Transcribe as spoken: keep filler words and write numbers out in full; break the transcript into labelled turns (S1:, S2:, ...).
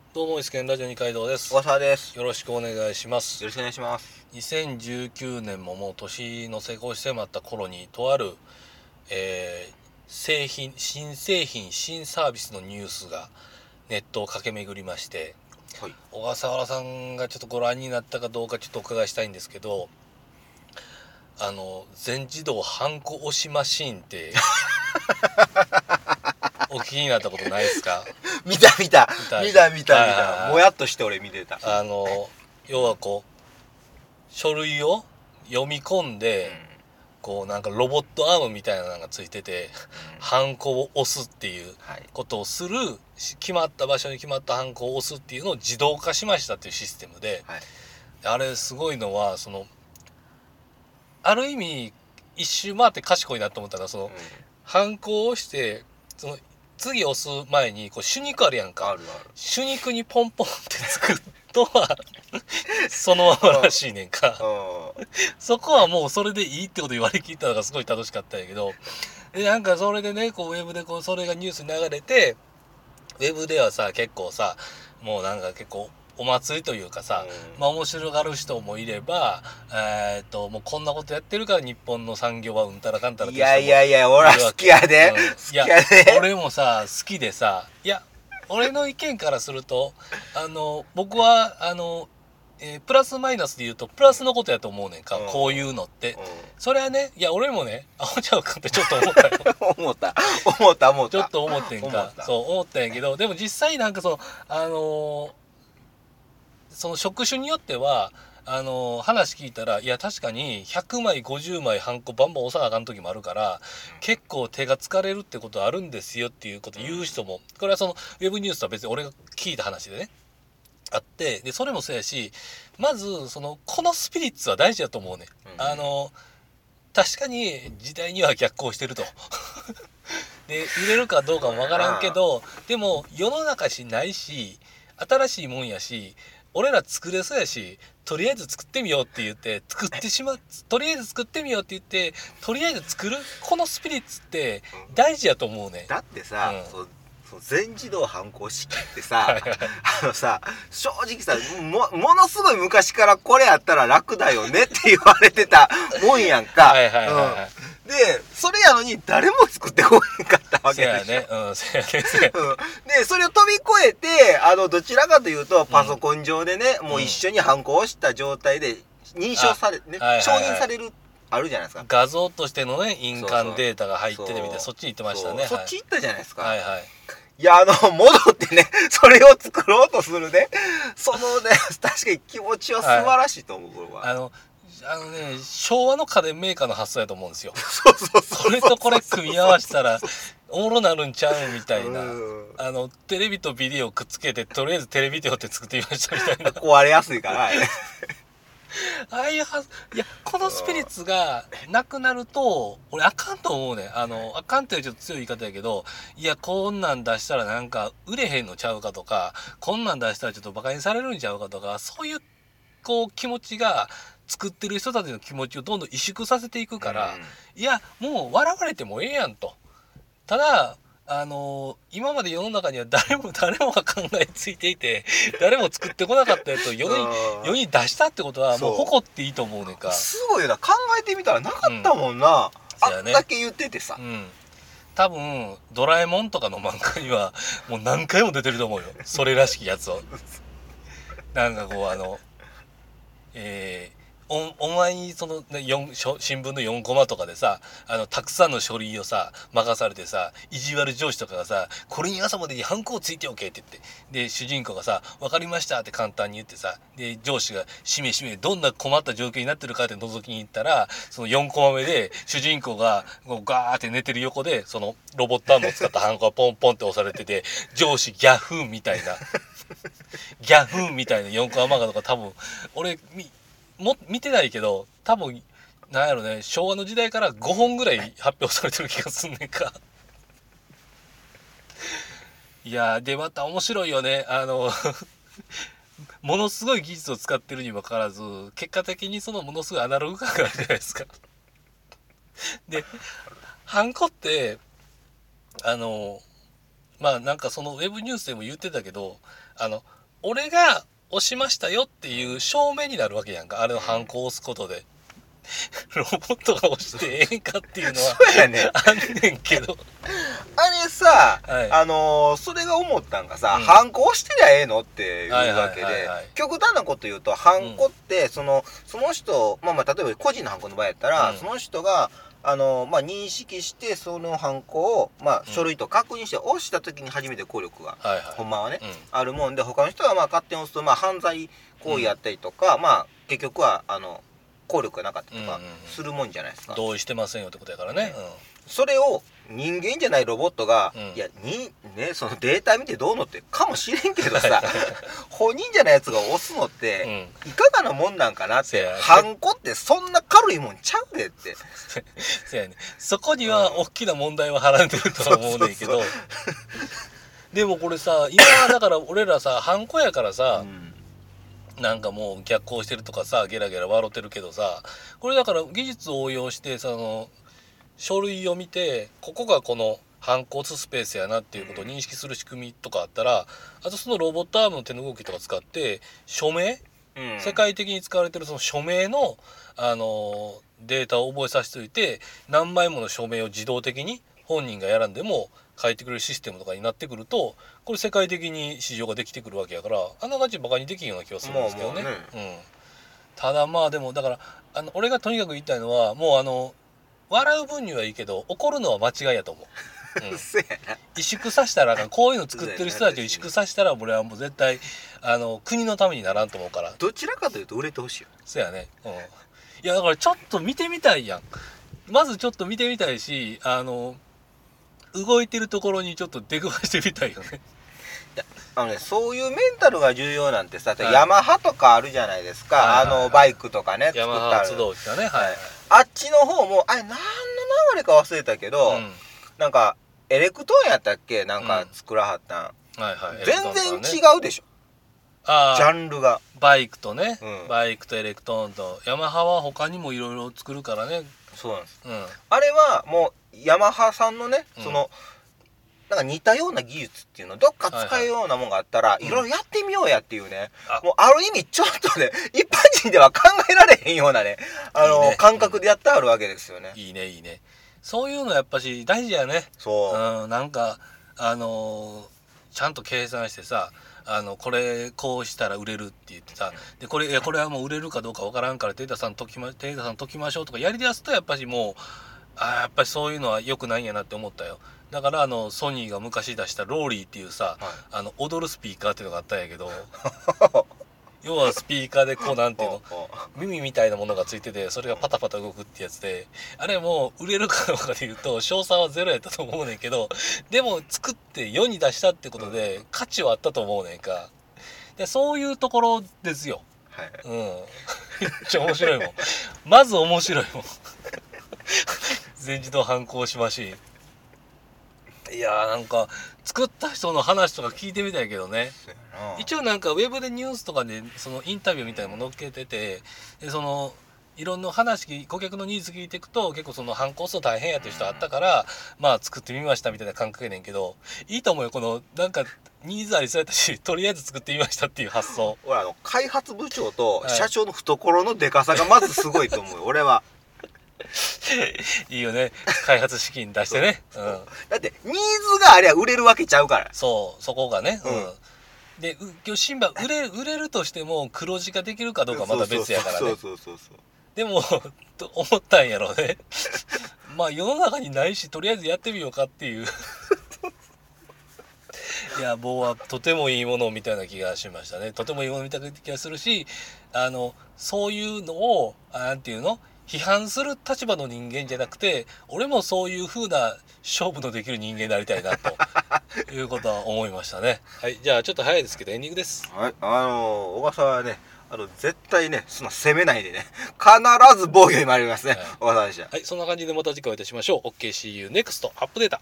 S1: どうも、イスケンラジオ二階堂です。
S2: 小沢です。
S1: よろしくお願いします。
S2: よろしくお願いします。
S1: にせんじゅうきゅうねんももう年の瀬越し迫った頃に、とある、えー製品、新製品、新サービスのニュースがネットを駆け巡りまして、
S2: はい。
S1: 小笠原さんがちょっとご覧になったかどうかちょっとお伺いしたいんですけど、あの、全自動ハンコ押しマシーンってお聞きになったことないですか？
S2: 見た見た
S1: 見た
S2: 見た見た見
S1: はいはいはい
S2: た。もやっとして俺見てた。
S1: あの、要はこう、書類を読み込んで、こうなんかロボットアームみたいなのがついてて、ハンコを押すっていうことをする、決まった場所に決まったハンコを押すっていうのを自動化しましたっていうシステムで、
S2: はい。
S1: あれすごいのは、その、ある意味、一周回って賢いなと思ったのは、その、ハンコを押して、その、次押す前に、こう、手肉あるやんか。
S2: あるある。
S1: 手肉にポンポンってつくとは、そのままらしいねんか。そこはもうそれでいいってこと言われきったのがすごい楽しかったんやけど、で、なんかそれでね、こうウェブでこう、それがニュースに流れて、ウェブではさ、結構さ、もうなんか結構、お祭りというかさ、まあ面白がる人もいれば、えー、っと、もうこんなことやってるから日本の産業はうんたらかんたらって
S2: いう人もいやいやいや、俺は好きやで。うん、好きやで。
S1: いや、俺もさ、好きでさ、いや、俺の意見からすると、あの、僕は、あの、えー、プラスマイナスで言うと、プラスのことやと思うねんか、うん、こういうのって。うん、それはね、いや、俺もね、アホちゃうかってちょっと思ったよ。
S2: 思った。思った、思った。
S1: ちょっと思ってんか。そう、思ったんやけど、でも実際なんかその、あのー、その職種によっては、あのー、話聞いたら、いや、確かにひゃくまい、ごじゅうまいハンコバンバン押さなあかん時もあるから、結構手が疲れるってことあるんですよっていうこと言う人も、これはその、ウェブニュースとは別に俺が聞いた話でね。あって、で、それもそうやし、まず、その、このスピリッツは大事だと思うね。うん、あの、確かに時代には逆行してると。で、売れるかどうかもわからんけど、でも世の中しないし、新しいもんやし、俺ら作れそうやし、とりあえず作ってみようって言って、作ってしまう、とりあえず作ってみようって言って、とりあえず作る、このスピリッツって大事やと思うね。
S2: だってさ、うん、そう全自動反抗式ってさあのさ、正直さ、もものすごい昔からこれやったら楽だよねって言われてたもんやんか。はいはいはい、はい、でそれやのに誰も作ってこへんかったわけでしょ。そうやね、うん、そうやね、そうやね、うん、でそれを飛び越えて、あのどちらかというとパソコン上でね、うん、もう一緒に反抗をした状態で認証され、ね、はいはいはい、承認されるあるじゃないですか。
S1: 画像としてのね、印鑑データが入っててみたいな、そっちに行ってましたね。
S2: そっち行ったじゃないですか。
S1: はいはい。
S2: いや、あの、戻ってね、それを作ろうとするね、そのね、確かに気持ちは素晴らしいと思う、これは。
S1: あの、あのね、昭和の家電メーカーの発想やと思うんですよ。
S2: そうそうそう。
S1: これとこれ組み合わせたら、おもろなるんちゃうみたいな。あの、テレビとビデオくっつけて、とりあえずテレビデオって作ってみましたみたいな。
S2: 壊れやすいから、
S1: ああいうはず、いや、このスピリッツがなくなると、俺あかんと思うね。あの、あかんっていうちょっと強い言い方やけど、いや、こんなん出したらなんか売れへんのちゃうかとか、こんなん出したらちょっと馬鹿にされるんちゃうかとか、そういう、こう、気持ちが、作ってる人たちの気持ちをどんどん萎縮させていくから、うん、いや、もう笑われてもええやんと。ただ、あのー、今まで世の中には誰も誰もが考えついていて、誰も作ってこなかったやつを世に世に出したってことはもう誇っていいと思うねんか。
S2: すごいな、考えてみたらなかったもんな、うん、あんだけ言っててさ、
S1: うん、多分ドラえもんとかの漫画にはもう何回も出てると思うよ、それらしきやつを。なんかこうあのえーお, お前にその、ね、新聞のよんコマとかでさ、あのたくさんの書類をさ任されてさ、意地悪上司とかがさ、これに朝までにハンコをついておけって言って、で主人公がさ、分かりましたって簡単に言ってさ、で上司がしめしめどんな困った状況になってるかって覗きに行ったら、そのよんコマ目で主人公がこうガーって寝てる横で、そのロボットアームを使ったハンコがポンポンって押されてて、上司ギャフンみたいなギャフンみたいなよんコマ漫画とか多分俺も見てないけど、多分なんやろね、昭和の時代からごほんぐらい発表されてる気がすんねんか。いやでまた面白いよね。あのものすごい技術を使ってるにもかかわらず、結果的にそのものすごいアナログ感があるじゃないですか。でハンコってあのまあなんかそのウェブニュースでも言ってたけど、あの俺が押しましたよっていう証明になるわけやんか、あれのハンコを押すことで。ロボットが押してええんかっていうのは
S2: そうやね
S1: あんねんけど
S2: あれさ、
S1: はい、
S2: あのー、それが思ったんがさ、
S1: うん、
S2: ハンコ押してりゃええのっていうわけで、
S1: はいはいはいはい、
S2: 極端なこと言うとハンコってその、その人、まあまあ例えば個人のハンコの場合やったら、うん、その人があのー、まあ認識してそのハンコを、まあ、書類と確認して押した時に初めて効力が、はいはい、ほんまはね、うん、あるもんで、他の人がまあ勝手に押すと、まあ、犯罪行為やったりとか、うん、まあ結局はあの効力がなかったりとかするもんじゃないですか、
S1: うんうんうん、同意してませんよってことやからね、うん、
S2: それを人間じゃないロボットが、うん、いやにねそのデータ見てどうのってかもしれんけどさ本人じゃないやつが押すのって、うん、いかがなもんなんかなって、ハンコってそんな軽いもんちゃうでって
S1: そやね、そこには大きな問題ははらんでるとは思うねんけどでもこれさ今だから俺らさハンコやからさ、うんなんかもう逆行してるとかさゲラゲラ笑ってるけどさ、これだから技術を応用してその書類を見てここがこのハンコ押すスペースやなっていうことを認識する仕組みとかあったら、あとそのロボットアームの手の動きとか使って署名、うん、世界的に使われてるその署名の、あのデータを覚えさせておいて何枚もの署名を自動的に本人がやらんでも書いてくれるシステムとかになってくると、これ世界的に市場ができてくるわけやから、あんな感じバカにできんような気がするんですけどね。まあまあね、うん、ただまあでもだからあの俺がとにかく言いたいのはもうあの笑う分にはいいけど怒るのは間違いやと思う。うん、萎縮させたらこういうの作ってる人たちを萎縮させたら俺はもう絶対あの国のためにならんと思うから。
S2: どちらかというと売れてほしいよ。
S1: そうやね、うん、いやだからちょっと見てみたいやん。まずちょっと見てみたいし、あの動いてるところにちょっと出くわしてみたいよね。
S2: いやあのね、そういうメンタルが重要なんてさ、はい、ヤマハとかあるじゃないですか、はいはいはい、あのバイクとかね、
S1: ヤマハ発動機だね、はい、
S2: あっちの方もあれ何の流れか忘れたけど、うん、なんかエレクトーンやったっけなんか作らはったん、うんはいはい、全然違うでしょ、あジャンルが
S1: バイクとね、うん、バイクとエレクトーンとヤマハは他にもいろいろ作るからね。
S2: そうなんです、うん、あれはもうヤマハさんのね、うん、そのなんか似たような技術っていうのどっか使えるようなもんがあったら、はいはい、いろいろやってみようやっていうね、うん、もうある意味ちょっとね一般人では考えられへんようなねあのいいね感覚でやってあるわけですよね、
S1: うん、いいねいいね。そういうのやっぱし大事やね。そう、うん、なんかあのー、ちゃんと計算してさあのこれこうしたら売れるって言ってさでこれいやこれはもう売れるかどうかわからんからテイタさん解きまテイタさん解きましょうとかやりだすとやっぱしもうあやっぱりそういうのは良くないんやなって思ったよ。だからあのソニーが昔出したローリーっていうさ、はい、あの踊るスピーカーっていうのがあったんやけど要はスピーカーでこうなんていうの耳みたいなものがついててそれがパタパタ動くってやつで、あれもう売れるかどうかでいうと賞賛はゼロやったと思うねんけど、でも作って世に出したってことで価値はあったと思うねんか。でそういうところですよ、はい、うんめっちゃ面白いもんまず面白いもん全自動反抗しましいやーなんか作った人の話とか聞いてみたいけどね。一応なんかウェブでニュースとかでそのインタビューみたいなのも載っけてて、でそのいろんな話顧客のニーズ聞いていくと結構その反抗するの大変やっていう人あったからまあ作ってみましたみたいな感覚やねんけど、いいと思うよこのなんかニーズありそうやったしとりあえず作ってみましたっていう発想。
S2: 俺あの開発部長と社長の懐のでかさがまずすごいと思うよ俺はい
S1: いよね開発資金出してね
S2: そうそう、うん、だってニーズがありゃ売れるわけちゃうから。
S1: そうそこがね、うん、で今日シンバ売れる売れるとしても黒字化できるかどうかまた別やからね。でもと思ったんやろうねまあ世の中にないしとりあえずやってみようかっていういや棒はとてもいいものを見たような気がしましたね。とてもいいものを見た気がするし、あのそういうのをなんていうの批判する立場の人間じゃなくて俺もそういう風な勝負のできる人間になりたいなということは思いましたね。はい、じゃあちょっと早いですけどエンディングです。
S2: はい、あの小笠はねあの絶対ねそんな攻めないでね必ず防御に回りますね、はい、小笠でした。
S1: はい、そんな感じでまた次回お会いいたしましょう。 オーケーシーユー ネクスト アップデータ。